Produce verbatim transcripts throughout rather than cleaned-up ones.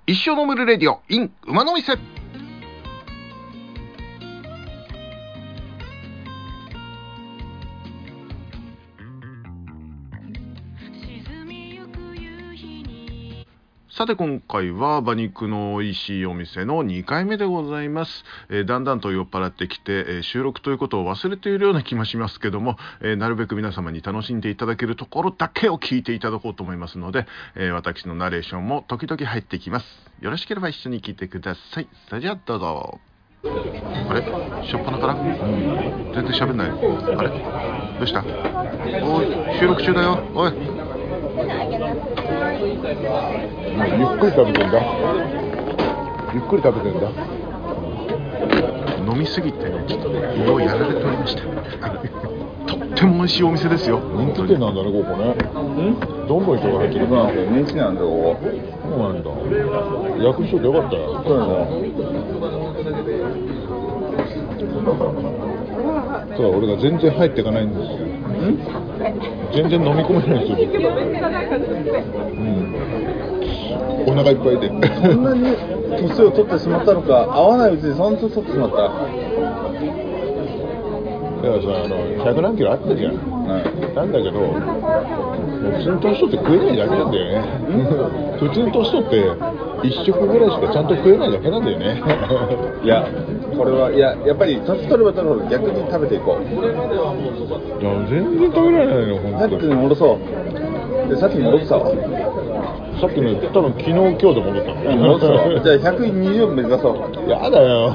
一生のむるレディオ in 馬の店。さて今回は馬肉の美味しいお店のにかいめでございます。えー、だんだんと酔っ払ってきて、えー、収録ということを忘れているような気もしますけども、えー、なるべく皆様に楽しんでいただけるところだけを聞いていただこうと思いますので、えー、私のナレーションも時々入ってきます。よろしければ一緒に聞いてください。それじゃあどうぞ。あれしょっぱなから、うん、全然喋んない。あれどうした？おい、収録中だよ。おい、 ゆっくり食べてんだ。ゆっくり食べてんだ。 飲みすぎてね、ちょっとね、胃をやられておりました。とっても美味しいお店ですよ。 人気店なんだね、ここね。ん？どんどん人が入ってるな。 人気なんだよ、ここ。 そうなんだ。役所でよかったよ。 そうなの。 ただ俺が全然入っていかないんですよ。全然飲み込めないんですよ。うん。お腹いっぱいで。 そんなに年を取ってしまったのか、合わないうちにそんな年取ってしまった。 だからさ、あのひゃくなんキロあったじゃん。うん、なんだけど、もう普通に年取って食えないだけなんだよね。普通に年取って一食ぐらいしかちゃんと食えないだけなんだよね。 いや、これはいや、やっぱり年取れば取るほど逆に食べていこう。 いや、全然食べられないの、本当に。 さっきに戻そう。で、さっきに戻したわ。 さっきの多分昨日今日で戻ったの。 戻したわ。じゃあひゃくにじゅう目指そう。 やだよ。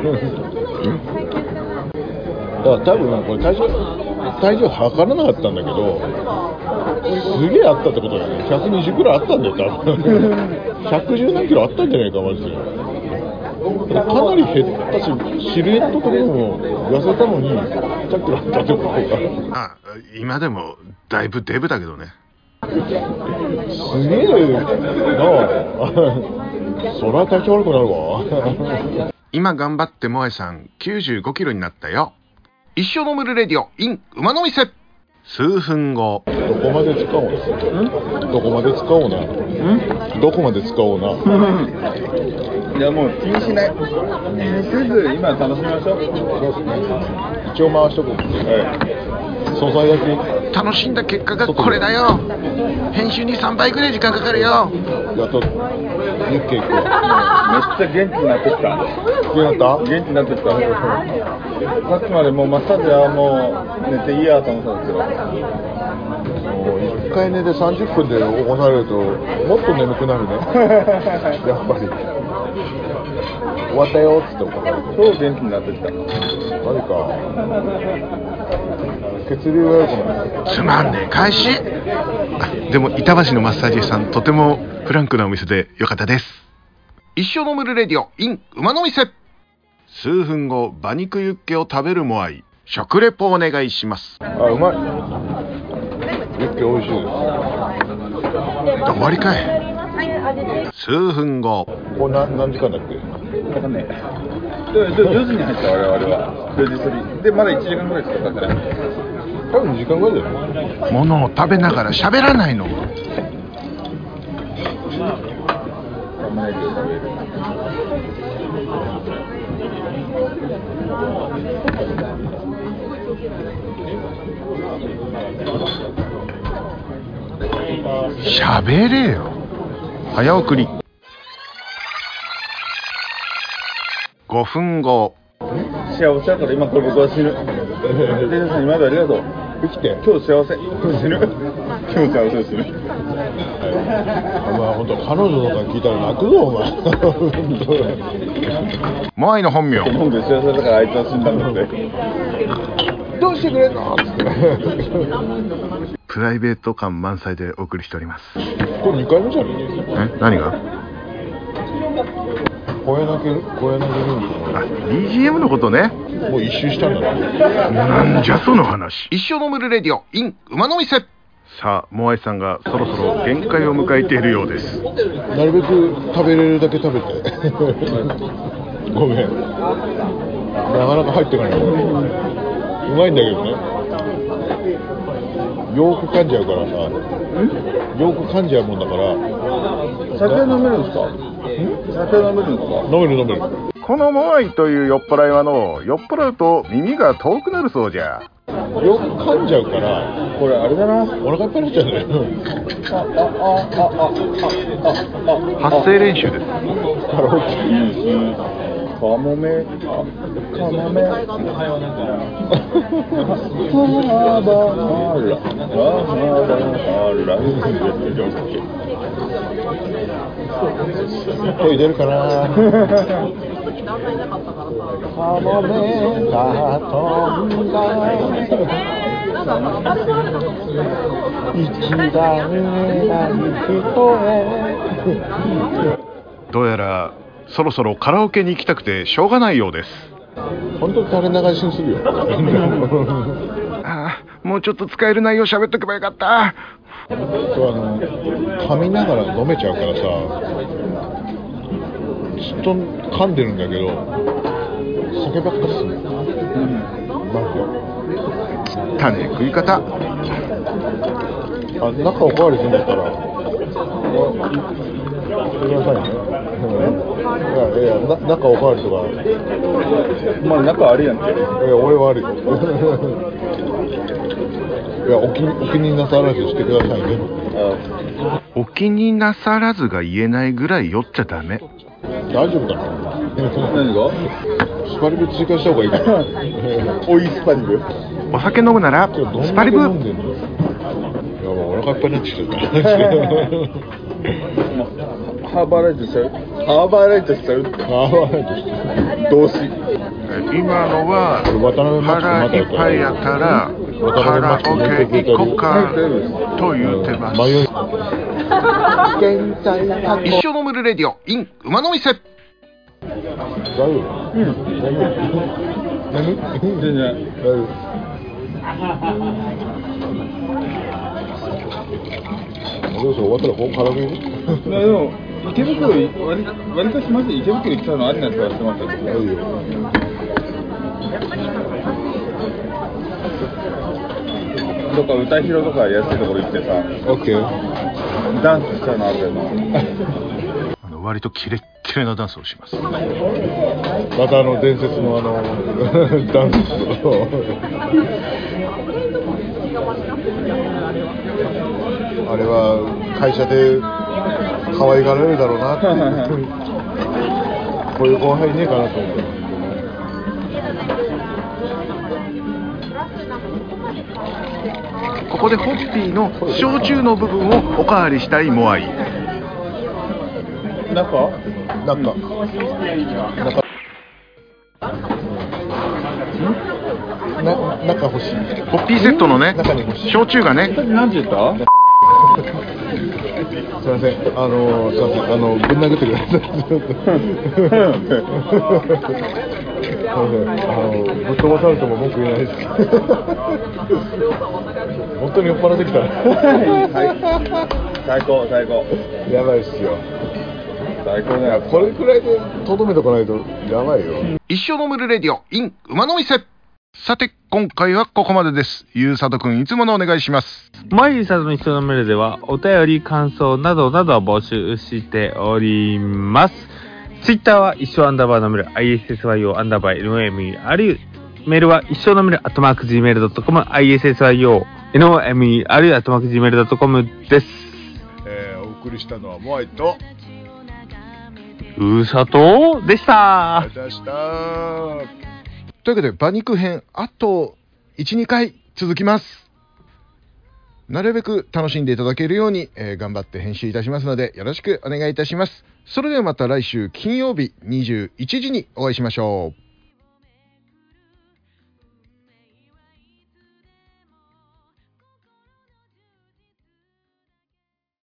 だから多分これ体重体重測らなかったんだけど、すげえあったってことだよね。ひゃくにじゅうくらいあったんだよ多分。ひゃくじゅうなんキロあったんじゃないかマジで。かなり減ったし、シルエット的にも痩せたのにひゃっキロあったってことか。 あ、今でもだいぶデブだけどね。 すげえなあ。そりゃ体調悪くなるわ。 今頑張って萌えさんきゅうじゅうごキロになったよ。一生のむるレディオ in 馬の店。数分後。 どこまで使おうな。どこまで使おうな。ん？どこまで使おうな。 いや、もう気にしない。気にせず今楽しみましょう。 そうですね。一応回しとこう。はい。素材だけ。 楽しんだ結果がこれだよ。編集にさんばいぐらい時間かかるよ。 やっとユッケ行く。 めっちゃ元気になってきた。 元気になった？ 元気になってきた。さっきまでもうマッサージはもう寝ていいやと思ったんですけど、 もういっかい寝でさんじゅっぷんで行われるともっと眠くなるね。やっぱり終わったよっつって怒られる。 超元気になってきた。 何か血流が良くなる。 つまんねえ開始。あ、でも板橋のマッサージ屋さんとてもフランクなお店でよかったです。一生のむるレディオ in 馬の店。数分後、馬肉ユッケを食べるモアイ。食レポお願いします。 あ、うまい。ユッケ美味しいです。 終わりかい。数分後。 これ何、何時間だっけ？ わかんねえ。よじに入った我々はよじ過ぎで、まだいちじかんぐらいしか経ってない。 多分にじかんぐらいだよね。 物を食べながら喋らないの。 玉ねぎを食べる。 喋れよ。早送り。ごふんご。 幸せだから今これ僕は死ぬ。デさん今までありがとう。 生きて。 今日幸せ。死ぬ。今日幸せ死ぬ。 お前本当彼女とか聞いたら泣くぞお前。 モアイの本名。 本名幸せだからあいつは死んだんだって。 どうしてくれんの？ プライベート感満載でお送りしております。 これにかいめじゃねえ？何が？ 声投げる声投げるあ、ビージーエム のことね。 もう一周したんだね。 なんじゃその話。一生のむるレディオ in 馬の店。さあ、モアイさんがそろそろ限界を迎えているようです。 なるべく食べれるだけ食べて。ごめん。なかなか入っていかない。うまいんだけどね。よく噛んじゃうからさ。よく噛んじゃうもんだから。 酒飲めるんですか？ 酒飲めるのか。 飲める飲める。 このモアイという酔っ払いはの酔っ払うと耳が遠くなるそうじゃ。 よく噛んじゃうからこれあれだな。 お腹いっぱいになっちゃうんだよ。 あああああああ発声練習です。 カラオケ。 カモメカモメハバラハバラ声出るかな。カモメが飛んだ一番偉い人へ。 どうやらそろそろカラオケに行きたくてしょうがないようです。 本当に垂れ流しにするよ。 ああ、もうちょっと使える内容喋っとけばよかった。 そう、あの噛みながら飲めちゃうからさ、ずっと噛んでるんだけど酒ばっかりする。なんか種食い方。 あ、中おかわりするんだったらくださいね。いやいや、な中おかわりとか。 まあ仲あるやんけ。 いや俺はあるよ。いや、お気にお気になさらずしてくださいね。 お気になさらずが言えないぐらい酔っちゃダメ。 大丈夫かな。 何が？ スパリブ追加した方がいいかな。 おいスパリブ。 お酒飲むならスパリブ。 いや、もうお腹いっぱいになってきちゃった。 ハーバーライトしちゃう。ハーバーライトしちゃう。 ハーバーライトして動詞。 今のは腹いっぱいやからカラオケ行こかと言ってます。一生飲むレディオ in 馬の店。 大丈夫？うん。何？ 全然。 大丈夫。どうしよう、終わったらこうカラオケ行く？ でも池袋割割としまして池袋行ったのありなやつはしてましたけど。 いいよ。 どっか歌広とか安いところ行ってさ、 オッケー。 ダンスしたのあるよな。 あの割とキレッキレなダンスをします。 またあの伝説のあのダンスをあれは会社で可愛がられるだろうなってこういう後輩いねえかなと思って。 ここでホッピーの焼酎の部分をおかわりしたいモアイ。 中？ なんか、な中欲しい。 ホッピーセットのね、焼酎がね。 何時言った？ すいません、あの、すいません、あの、ぶん殴ってください。あの、ぶっ飛ばされても文句言えないです。本当に酔っ払ってきた。 はい、最高最高。 やばいっすよ。 最高だよ。 これくらいでとどめとかないとやばいよ。 一生飲むレディオ in 馬の店。さて今回はここまでです。ゆうさとくんいつものお願いします。 毎日さとの一生のメールではお便り感想などなどを募集しております。ツイッターは一生アンダーバーのメール アイエスエスワイオー アンダーバー エヌエムイーアールユー メールは一生のメールアットマーク ジーメールドットコム アイエスエスワイオー エヌエムイーアールユー アットマーク ジーメールドットコム です。 えー、お送りしたのはモアイとうさとでした。 ありがとうございました。 というわけで馬肉編あと いち,に 回続きます。なるべく楽しんでいただけるように、えー、頑張って編集いたしますのでよろしくお願いいたします。それではまた来週金曜日にじゅういちじにお会いしましょう。